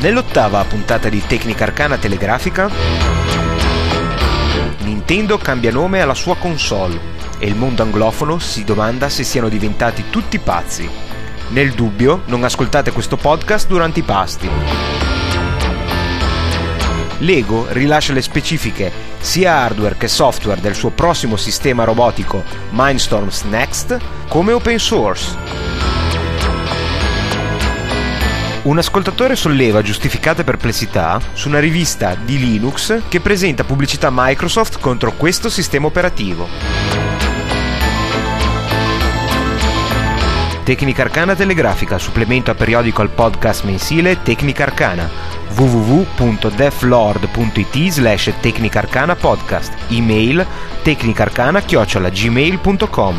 Nell'ottava puntata di Tecnica Arcana Telegrafica, Nintendo cambia nome alla sua console e il mondo anglofono si domanda se siano diventati tutti pazzi. Nel dubbio, non ascoltate questo podcast durante i pasti. Lego rilascia le specifiche sia hardware che software del suo prossimo sistema robotico Mindstorms Next come open source. Un ascoltatore solleva giustificate perplessità su una rivista di Linux che presenta pubblicità Microsoft contro questo sistema operativo. Tecnica Arcana Telegrafica, supplemento a periodico al podcast mensile Tecnica Arcana. www.deflord.it/Tecnica Arcana Podcast. Email tecnicarcana@gmail.com.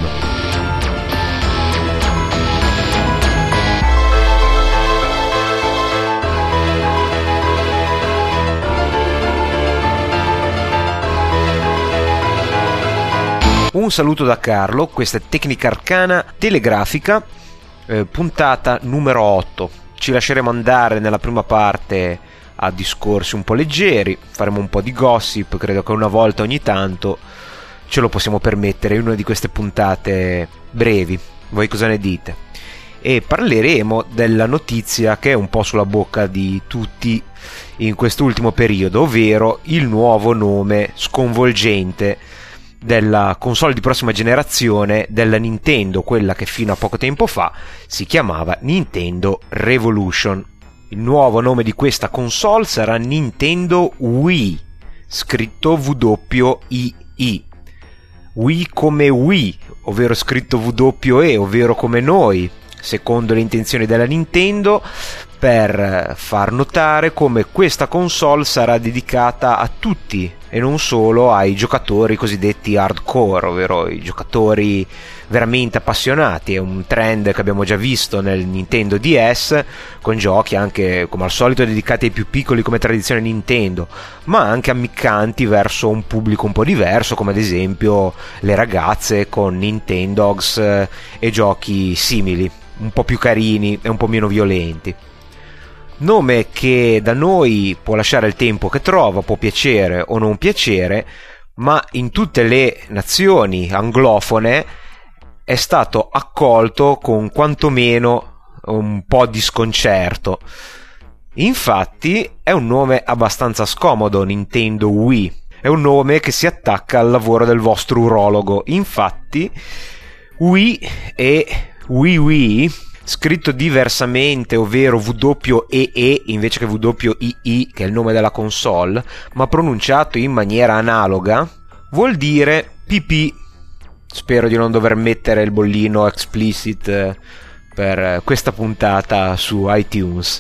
Un saluto da Carlo, questa è Tecnica Arcana Telegrafica, puntata numero 8. Ci lasceremo andare nella prima parte a discorsi un po' leggeri, faremo un po' di gossip, credo che una volta ogni tanto ce lo possiamo permettere in una di queste puntate brevi. Voi cosa ne dite? E parleremo della notizia che è un po' sulla bocca di tutti in quest'ultimo periodo, ovvero il nuovo nome sconvolgente della console di prossima generazione della Nintendo, quella che fino a poco tempo fa si chiamava Nintendo Revolution. Il nuovo nome di questa console sarà Nintendo Wii, scritto W-I-I. Wii come Wii, ovvero scritto W-E, ovvero come noi, secondo le intenzioni della Nintendo, per far notare come questa console sarà dedicata a tutti e non solo ai giocatori cosiddetti hardcore, ovvero i giocatori veramente appassionati. È un trend che abbiamo già visto nel Nintendo DS, con giochi anche come al solito dedicati ai più piccoli come tradizione Nintendo, ma anche ammiccanti verso un pubblico un po' diverso, come ad esempio le ragazze con Nintendogs e giochi simili, un po' più carini e un po' meno violenti. Nome che da noi può lasciare il tempo che trova, può piacere o non piacere, ma in tutte le nazioni anglofone è stato accolto con quantomeno un po' di sconcerto. Infatti è un nome abbastanza scomodo, Nintendo Wii. È un nome che si attacca al lavoro del vostro urologo. Infatti Wii e Wii scritto diversamente, ovvero W-E-E invece che W-I-I, che è il nome della console, ma pronunciato in maniera analoga, vuol dire pipì. Spero di non dover mettere il bollino explicit per questa puntata su iTunes.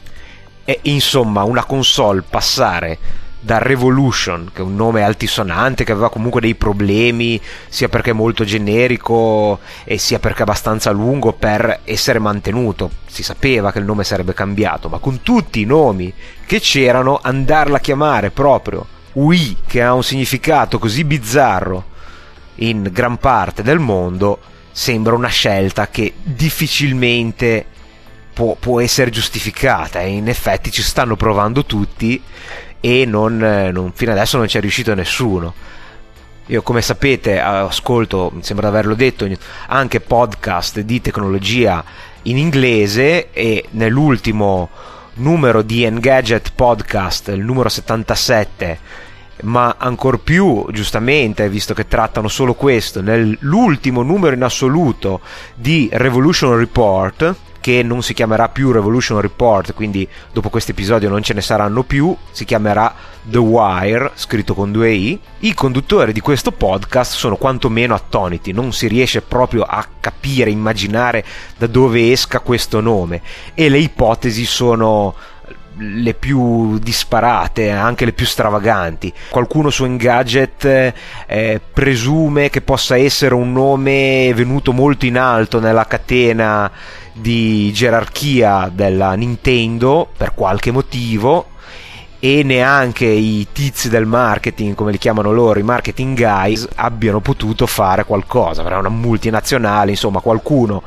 E insomma, una console passare da Revolution, che è un nome altisonante, che aveva comunque dei problemi sia perché è molto generico e sia perché è abbastanza lungo per essere mantenuto, si sapeva che il nome sarebbe cambiato, ma con tutti i nomi che c'erano, andarla a chiamare proprio Wii, che ha un significato così bizzarro in gran parte del mondo, sembra una scelta che difficilmente può essere giustificata, e in effetti ci stanno provando tutti e non fino adesso non ci è riuscito nessuno. Io, come sapete, ascolto, mi sembra di averlo detto, anche podcast di tecnologia in inglese, e nell'ultimo numero di Engadget Podcast, il numero 77, ma ancor più giustamente, visto che trattano solo questo, nell'ultimo numero in assoluto di Revolution Report, che non si chiamerà più Revolution Report, quindi dopo questo episodio non ce ne saranno più, si chiamerà The Wire, scritto con 2 i. I conduttori di questo podcast sono quantomeno attoniti, non si riesce proprio a capire, immaginare da dove esca questo nome, e le ipotesi sono le più disparate, anche le più stravaganti. Qualcuno su Engadget presume che possa essere un nome venuto molto in alto nella catena di gerarchia della Nintendo per qualche motivo, e neanche i tizi del marketing, come li chiamano loro, i marketing guys, abbiano potuto fare qualcosa. Era una multinazionale, insomma, qualcuno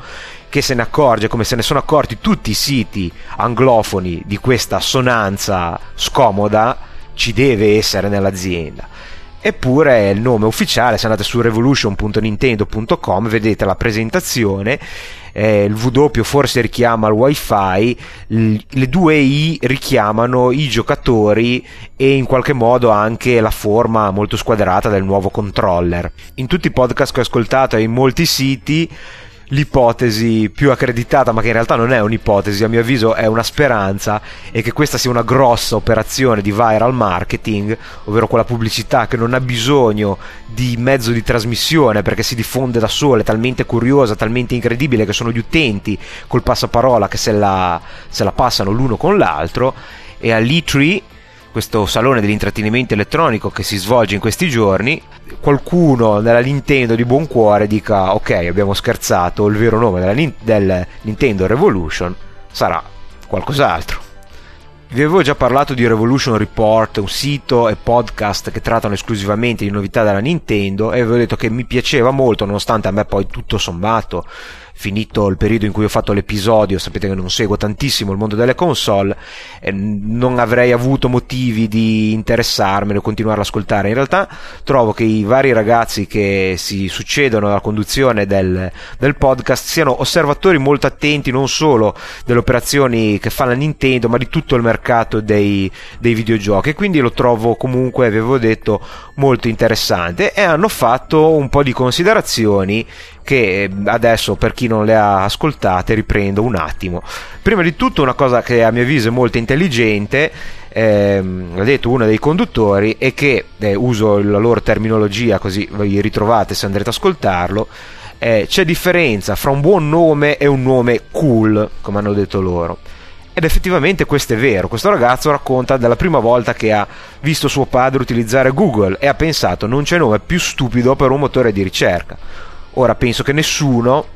che se ne accorge, come se ne sono accorti tutti i siti anglofoni, di questa sonanza scomoda, ci deve essere nell'azienda. Eppure il nome ufficiale, se andate su revolution.nintendo.com vedete la presentazione, il W forse richiama il wifi, le due I richiamano i giocatori e in qualche modo anche la forma molto squadrata del nuovo controller. In tutti i podcast che ho ascoltato e in molti siti, l'ipotesi più accreditata, ma che in realtà non è un'ipotesi, a mio avviso è una speranza, è che questa sia una grossa operazione di viral marketing, ovvero quella pubblicità che non ha bisogno di mezzo di trasmissione perché si diffonde da sola, è talmente curiosa, talmente incredibile che sono gli utenti col passaparola che se la passano l'uno con l'altro. E all'E3, questo salone dell'intrattenimento elettronico che si svolge in questi giorni, qualcuno della Nintendo di buon cuore dica: ok, abbiamo scherzato, il vero nome del Nintendo Revolution sarà qualcos'altro. Vi avevo già parlato di Revolution Report, un sito e podcast che trattano esclusivamente di novità della Nintendo, e avevo detto che mi piaceva molto, nonostante a me poi tutto sommato, finito il periodo in cui ho fatto l'episodio, sapete che non seguo tantissimo il mondo delle console, non avrei avuto motivi di interessarmene o continuare ad ascoltare. In realtà trovo che i vari ragazzi che si succedono alla conduzione del podcast siano osservatori molto attenti non solo delle operazioni che fa la Nintendo, ma di tutto il mercato dei videogiochi, e quindi lo trovo comunque, avevo detto, molto interessante, e hanno fatto un po' di considerazioni che adesso, per chi non le ha ascoltate, riprendo un attimo. Prima di tutto, una cosa che a mio avviso è molto intelligente, l'ha detto uno dei conduttori, e che uso la loro terminologia così vi ritrovate se andrete ad ascoltarlo. C'è differenza fra un buon nome e un nome cool, come hanno detto loro. Ed effettivamente questo è vero. Questo ragazzo racconta della prima volta che ha visto suo padre utilizzare Google e ha pensato: non c'è nome più stupido per un motore di ricerca. Ora penso che nessuno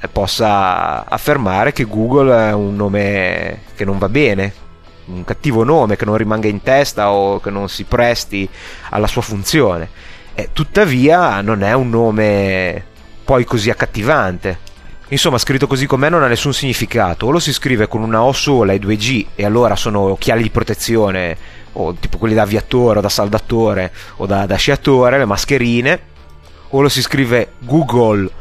possa affermare che Google è un nome che non va bene, un cattivo nome che non rimanga in testa o che non si presti alla sua funzione. Tuttavia non è un nome poi così accattivante. Insomma, scritto così com'è non ha nessun significato. O lo si scrive con una O sola e 2 G, e allora sono occhiali di protezione, o tipo quelli da aviatore o da saldatore o da sciatore, le mascherine, o lo si scrive Google,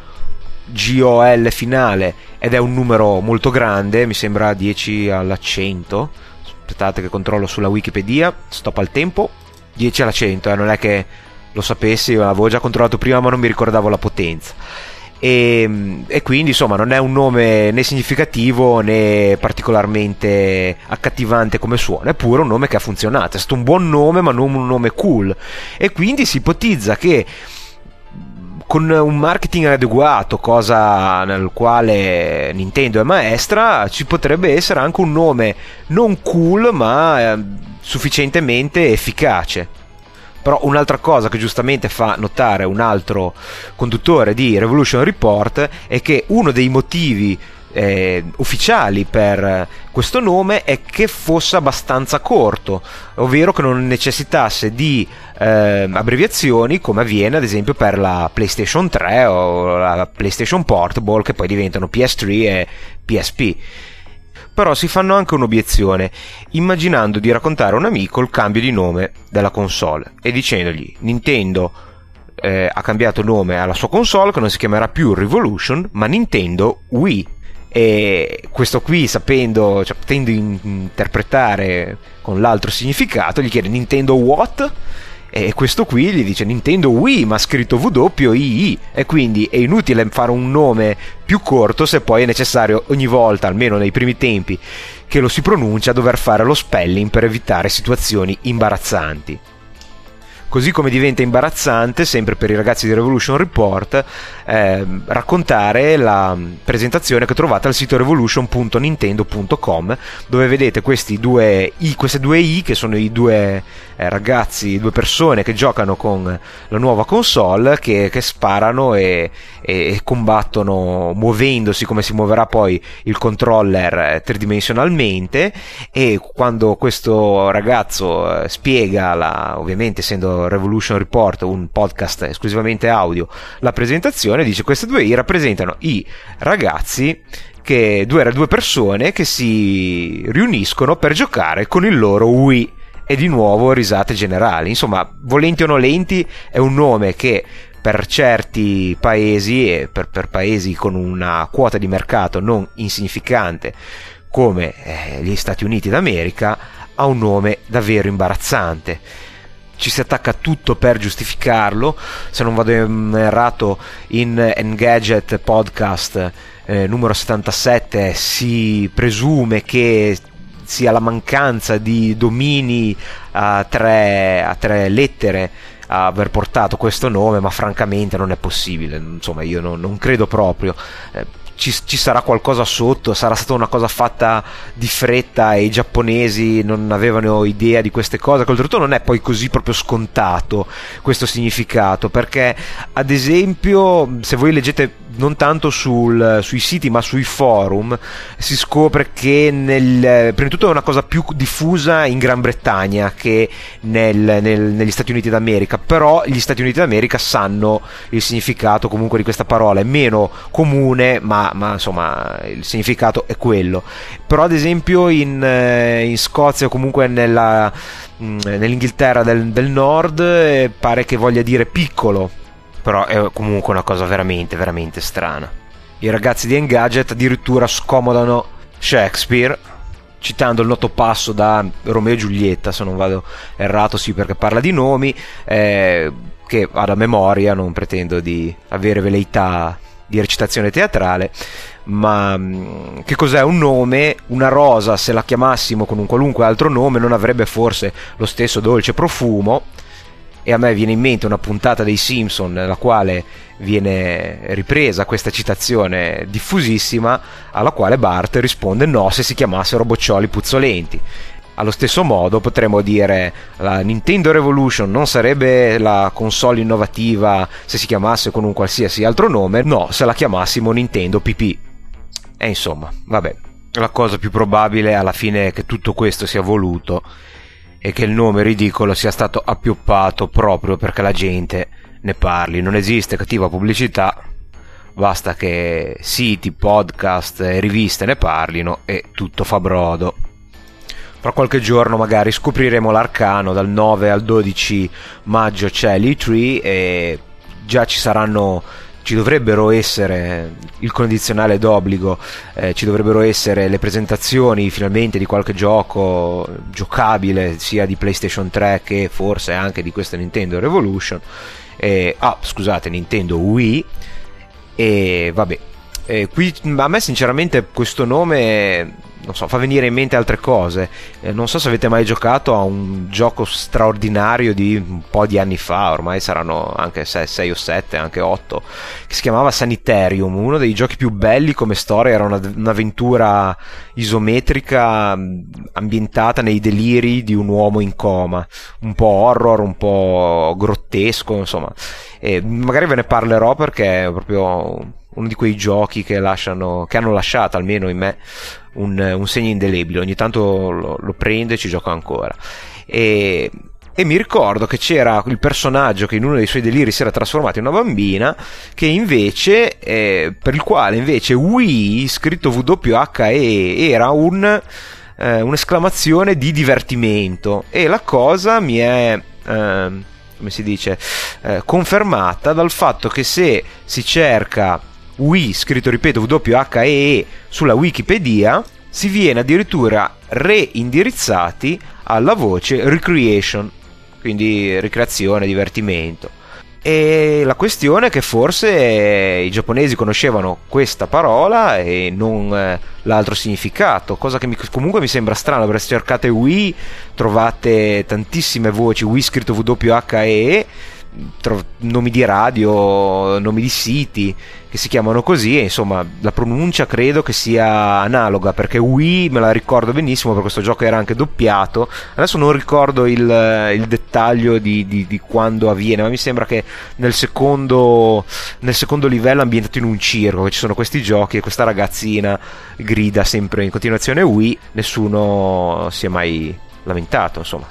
G-O-L finale, ed è un numero molto grande, mi sembra 10 alla 100. Aspettate che controllo sulla Wikipedia, stop al tempo. 10 alla 100, non è che lo sapessi, l'avevo già controllato prima ma non mi ricordavo la potenza. E quindi insomma non è un nome né significativo né particolarmente accattivante come suona, è pure un nome che ha funzionato, è stato un buon nome ma non un nome cool, e quindi si ipotizza che con un marketing adeguato, cosa nel quale Nintendo è maestra, ci potrebbe essere anche un nome non cool ma sufficientemente efficace. Però un'altra cosa che giustamente fa notare un altro conduttore di Revolution Report è che uno dei motivi ufficiali per questo nome è che fosse abbastanza corto, ovvero che non necessitasse di abbreviazioni, come avviene ad esempio per la PlayStation 3 o la PlayStation Portable, che poi diventano PS3 e PSP. Però si fanno anche un'obiezione, immaginando di raccontare a un amico il cambio di nome della console e dicendogli: Nintendo ha cambiato nome alla sua console, che non si chiamerà più Revolution ma Nintendo Wii. E questo qui, sapendo, cioè, potendo interpretare con l'altro significato, gli chiede: Nintendo what? E questo qui gli dice Nintendo Wii, ma scritto W-I-I, e quindi è inutile fare un nome più corto se poi è necessario ogni volta, almeno nei primi tempi che lo si pronuncia, dover fare lo spelling per evitare situazioni imbarazzanti. Così come diventa imbarazzante, sempre per i ragazzi di Revolution Report, raccontare la presentazione che trovate al sito revolution.nintendo.com, dove vedete queste due I, che sono i due ragazzi, due persone che giocano con la nuova console, che sparano e combattono muovendosi come si muoverà poi il controller tridimensionalmente. E quando questo ragazzo spiega, ovviamente essendo Nintendo Revolution Report, un podcast esclusivamente audio, la presentazione, dice: queste due I rappresentano i ragazzi due persone che si riuniscono per giocare con il loro Wii. E di nuovo risate generali. Insomma, volenti o nolenti, è un nome che per certi paesi e per paesi con una quota di mercato non insignificante come gli Stati Uniti d'America ha un nome davvero imbarazzante. Ci si attacca a tutto per giustificarlo. Se non vado errato, in Engadget podcast numero 77 si presume che sia la mancanza di domini a tre lettere a aver portato questo nome, ma francamente non è possibile. Insomma, io non credo proprio. Ci sarà qualcosa sotto, sarà stata una cosa fatta di fretta e i giapponesi non avevano idea di queste cose, che oltretutto non è poi così proprio scontato questo significato, perché ad esempio se voi leggete non tanto sui siti ma sui forum, si scopre che prima di tutto è una cosa più diffusa in Gran Bretagna che negli Stati Uniti d'America, però gli Stati Uniti d'America sanno il significato comunque di questa parola, è meno comune ma insomma il significato è quello. Però ad esempio in Scozia o comunque nell'Inghilterra del Nord pare che voglia dire piccolo, però è comunque una cosa veramente veramente strana. I ragazzi di Engadget addirittura scomodano Shakespeare citando il noto passo da Romeo e Giulietta, se non vado errato, sì, perché parla di nomi che vado a memoria, non pretendo di avere veleità di recitazione teatrale, ma che cos'è un nome? Una rosa, se la chiamassimo con un qualunque altro nome, non avrebbe forse lo stesso dolce profumo. E a me viene in mente una puntata dei Simpson nella quale viene ripresa questa citazione diffusissima, alla quale Bart risponde: no, se si chiamassero boccioli puzzolenti. Allo stesso modo potremmo dire: la Nintendo Revolution non sarebbe la console innovativa se si chiamasse con un qualsiasi altro nome, no, se la chiamassimo Nintendo PP. E insomma, vabbè, la cosa più probabile alla fine è che tutto questo sia voluto e che il nome ridicolo sia stato appioppato proprio perché la gente ne parli. Non esiste cattiva pubblicità, basta che siti, podcast e riviste ne parlino e tutto fa brodo. Fra qualche giorno magari scopriremo l'arcano. Dal 9 al 12 maggio c'è l'E3 e già ci dovrebbero essere il condizionale d'obbligo, ci dovrebbero essere le presentazioni finalmente di qualche gioco giocabile sia di PlayStation 3 che forse anche di questa Nintendo Revolution, Nintendo Wii. E vabbè, qui a me sinceramente questo nome non so, fa venire in mente altre cose. Non so se avete mai giocato a un gioco straordinario di un po' di anni fa, ormai saranno anche 6 o 7, anche 8, che si chiamava Sanitarium, uno dei giochi più belli come storia. Era un'avventura isometrica ambientata nei deliri di un uomo in coma, un po' horror, un po' grottesco, insomma. E magari ve ne parlerò perché è proprio uno di quei giochi che hanno lasciato almeno in me un segno indelebile. Ogni tanto lo prendo e ci gioco ancora. E mi ricordo che c'era il personaggio che in uno dei suoi deliri si era trasformato in una bambina, che invece per il quale invece Wii, scritto WHE, era un'esclamazione di divertimento. E la cosa mi è come si dice, confermata dal fatto che se si cerca Wii, scritto ripeto WHEE, sulla Wikipedia, si viene addirittura reindirizzati alla voce recreation, quindi ricreazione, divertimento. E la questione è che forse i giapponesi conoscevano questa parola e non l'altro significato, cosa che comunque mi sembra strano, perché se cercate Wii trovate tantissime voci, Wii scritto WHEE, nomi di radio, nomi di siti che si chiamano così, e insomma la pronuncia credo che sia analoga, perché Wii me la ricordo benissimo perché questo gioco era anche doppiato. Adesso non ricordo il dettaglio di quando avviene, ma mi sembra che nel secondo livello, ambientato in un circo, che ci sono questi giochi e questa ragazzina grida sempre in continuazione Wii, nessuno si è mai lamentato, insomma.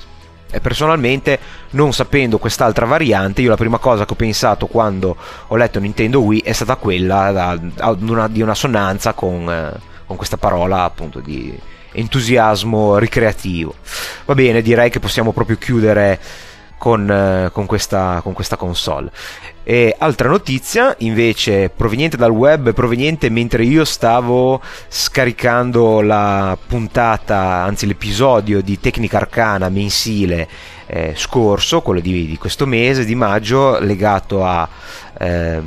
E personalmente, non sapendo quest'altra variante, io la prima cosa che ho pensato quando ho letto Nintendo Wii è stata quella di una assonanza con questa parola, appunto, di entusiasmo ricreativo. Va bene, direi che possiamo proprio chiudere con questa console. E altra notizia invece proveniente dal web, proveniente mentre io stavo scaricando la puntata, anzi l'episodio di Tecnica Arcana mensile scorso, quello di questo mese di maggio, legato ai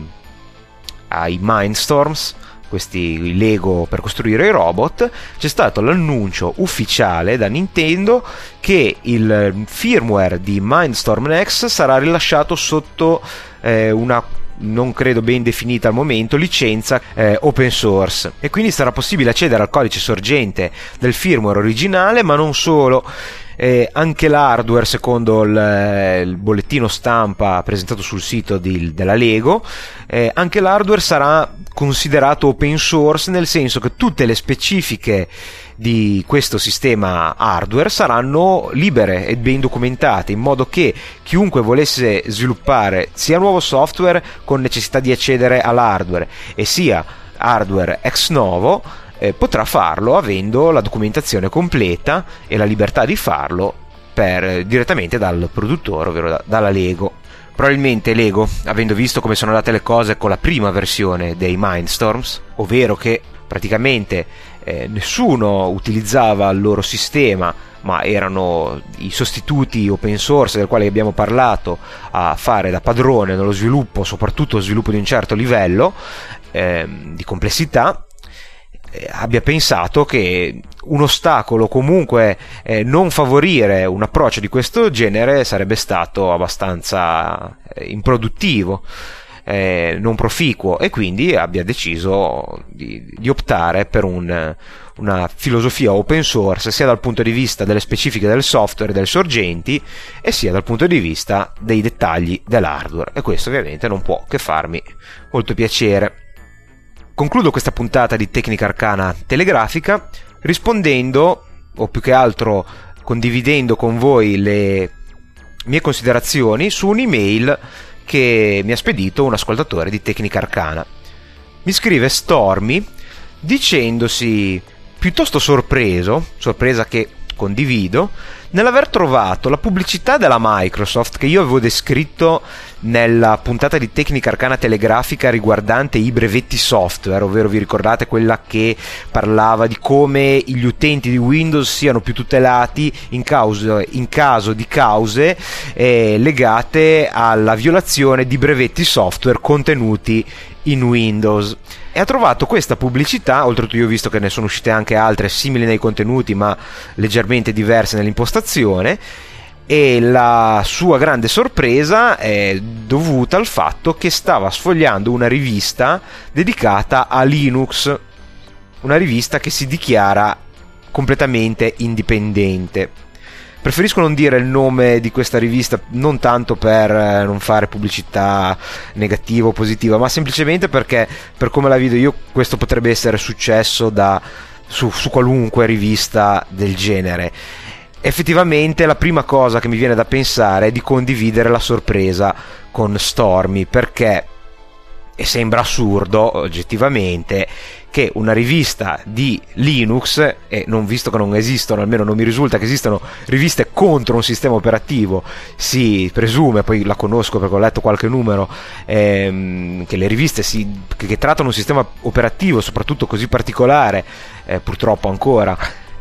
Mindstorms, questi Lego per costruire i robot. C'è stato l'annuncio ufficiale da Nintendo che il firmware di Mindstorm Next sarà rilasciato sotto una, non credo ben definita al momento, licenza open source, e quindi sarà possibile accedere al codice sorgente del firmware originale, ma non solo. Anche l'hardware, secondo il bollettino stampa presentato sul sito della Lego, anche l'hardware sarà considerato open source, nel senso che tutte le specifiche di questo sistema hardware saranno libere e ben documentate, in modo che chiunque volesse sviluppare sia nuovo software con necessità di accedere all'hardware e sia hardware ex novo potrà farlo avendo la documentazione completa e la libertà di farlo direttamente dal produttore, ovvero dalla Lego. Probabilmente Lego, avendo visto come sono andate le cose con la prima versione dei Mindstorms, ovvero che praticamente nessuno utilizzava il loro sistema, ma erano i sostituti open source del quale abbiamo parlato a fare da padrone nello sviluppo, soprattutto lo sviluppo di un certo livello di complessità, abbia pensato che un ostacolo, comunque non favorire un approccio di questo genere, sarebbe stato abbastanza improduttivo, non proficuo, e quindi abbia deciso di optare per una filosofia open source, sia dal punto di vista delle specifiche del software e delle sorgenti, e sia dal punto di vista dei dettagli dell'hardware, e questo ovviamente non può che farmi molto piacere. Concludo questa puntata di Tecnica Arcana telegrafica rispondendo, o più che altro condividendo con voi le mie considerazioni su un'email che mi ha spedito un ascoltatore di Tecnica Arcana. Mi scrive Stormy dicendosi piuttosto sorpresa che condivido, nell'aver trovato la pubblicità della Microsoft che io avevo descritto nella puntata di Tecnica Arcana telegrafica riguardante i brevetti software, ovvero vi ricordate quella che parlava di come gli utenti di Windows siano più tutelati in caso di cause legate alla violazione di brevetti software contenuti in Windows. E ha trovato questa pubblicità, oltretutto io ho visto che ne sono uscite anche altre simili nei contenuti ma leggermente diverse nell'impostazione, e la sua grande sorpresa è dovuta al fatto che stava sfogliando una rivista dedicata a Linux, una rivista che si dichiara completamente indipendente. Preferisco non dire il nome di questa rivista, non tanto per non fare pubblicità negativa o positiva, ma semplicemente perché, per come la vedo io, questo potrebbe essere successo su qualunque rivista del genere. Effettivamente la prima cosa che mi viene da pensare è di condividere la sorpresa con Stormy, perché e sembra assurdo oggettivamente che una rivista di Linux, e non, visto che non esistono, almeno non mi risulta che esistano riviste contro un sistema operativo, si presume, poi la conosco perché ho letto qualche numero, che le riviste che trattano un sistema operativo soprattutto così particolare, purtroppo ancora,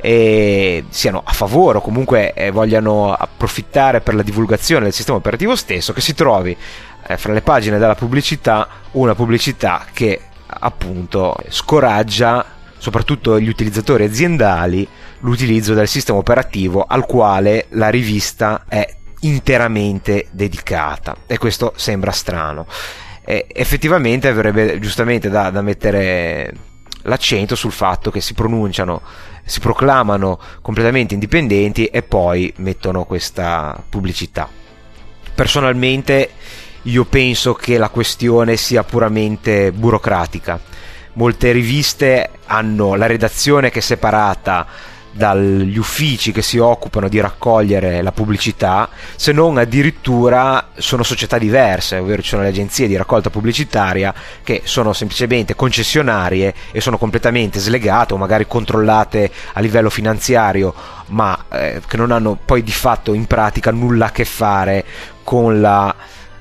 siano a favore o comunque vogliano approfittare per la divulgazione del sistema operativo stesso, che si trovi fra le pagine della pubblicità una pubblicità che appunto scoraggia soprattutto gli utilizzatori aziendali l'utilizzo del sistema operativo al quale la rivista è interamente dedicata, e questo sembra strano. Effettivamente avrebbe giustamente da mettere l'accento sul fatto che si proclamano completamente indipendenti e poi mettono questa pubblicità. Personalmente io penso che la questione sia puramente burocratica. Molte riviste hanno la redazione che è separata dagli uffici che si occupano di raccogliere la pubblicità, se non addirittura sono società diverse, ovvero ci sono le agenzie di raccolta pubblicitaria che sono semplicemente concessionarie e sono completamente slegate o magari controllate a livello finanziario, ma che non hanno poi di fatto in pratica nulla a che fare con la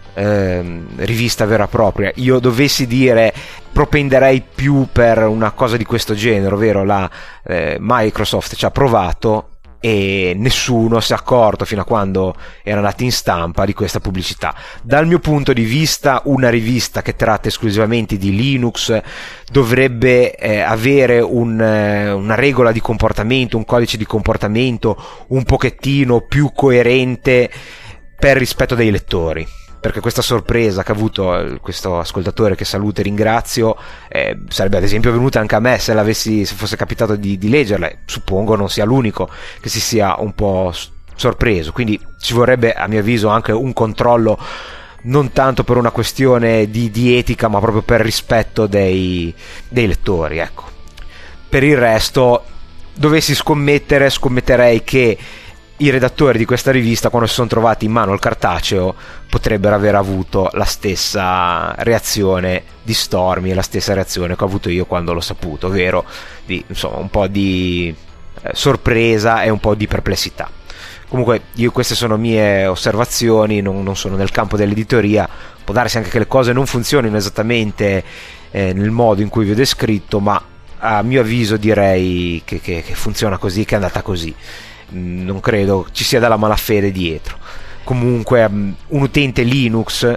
rivista vera e propria. Io dovessi dire, propenderei più per una cosa di questo genere, ovvero la Microsoft ci ha provato e nessuno si è accorto fino a quando era andata in stampa di questa pubblicità. Dal mio punto di vista, una rivista che tratta esclusivamente di Linux dovrebbe avere una regola di comportamento, un codice di comportamento un pochettino più coerente per rispetto dei lettori, perché questa sorpresa che ha avuto questo ascoltatore, che saluto e ringrazio, sarebbe ad esempio venuta anche a me se fosse capitato di leggerla. Suppongo non sia l'unico che si sia un po' sorpreso, quindi ci vorrebbe a mio avviso anche un controllo, non tanto per una questione di etica, ma proprio per rispetto dei lettori, ecco. Per il resto, dovessi scommetterei che i redattori di questa rivista, quando si sono trovati in mano il cartaceo, potrebbero aver avuto la stessa reazione di Stormy e la stessa reazione che ho avuto io quando l'ho saputo, ovvero un po' di sorpresa e un po' di perplessità. Comunque queste sono mie osservazioni, non sono nel campo dell'editoria, può darsi anche che le cose non funzionino esattamente nel modo in cui vi ho descritto, ma a mio avviso direi che funziona così, che è andata così. Non credo ci sia della malafede dietro. Comunque un utente Linux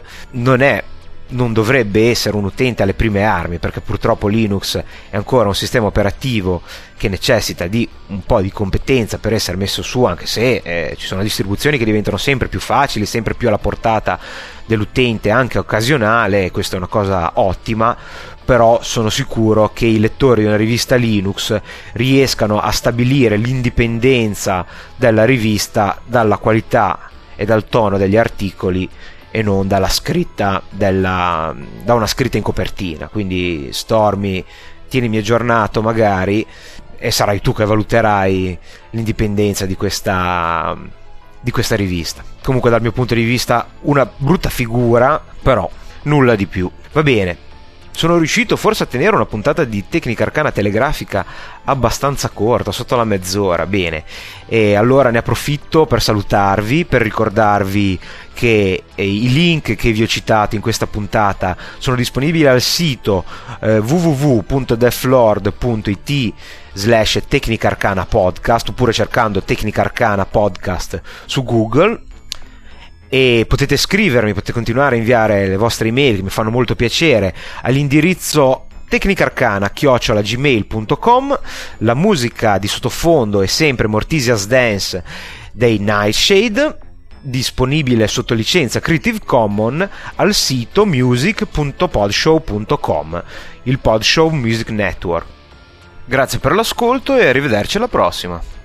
non dovrebbe essere un utente alle prime armi, perché purtroppo Linux è ancora un sistema operativo che necessita di un po' di competenza per essere messo su, anche se ci sono distribuzioni che diventano sempre più facili, sempre più alla portata dell'utente anche occasionale, e questa è una cosa ottima. Però sono sicuro che i lettori di una rivista Linux riescano a stabilire l'indipendenza della rivista dalla qualità e dal tono degli articoli e non dalla scritta da una scritta in copertina. Quindi Stormy, tienimi aggiornato magari, e sarai tu che valuterai l'indipendenza di questa rivista. Comunque dal mio punto di vista una brutta figura, però nulla di più. Va bene. Sono riuscito forse a tenere una puntata di Tecnica Arcana telegrafica abbastanza corta, sotto la mezz'ora. Bene, e allora ne approfitto per salutarvi, per ricordarvi che i link che vi ho citato in questa puntata sono disponibili al sito www.deflord.it/Tecnica Arcana Podcast, oppure cercando Tecnica Arcana Podcast su Google. E potete scrivermi, potete continuare a inviare le vostre email, che mi fanno molto piacere, all'indirizzo tecnicarcana@gmail.com. La musica di sottofondo è sempre Mortisia's Dance dei Nightshade, disponibile sotto licenza Creative Commons al sito music.podshow.com, il Podshow Music Network. Grazie per l'ascolto e arrivederci alla prossima.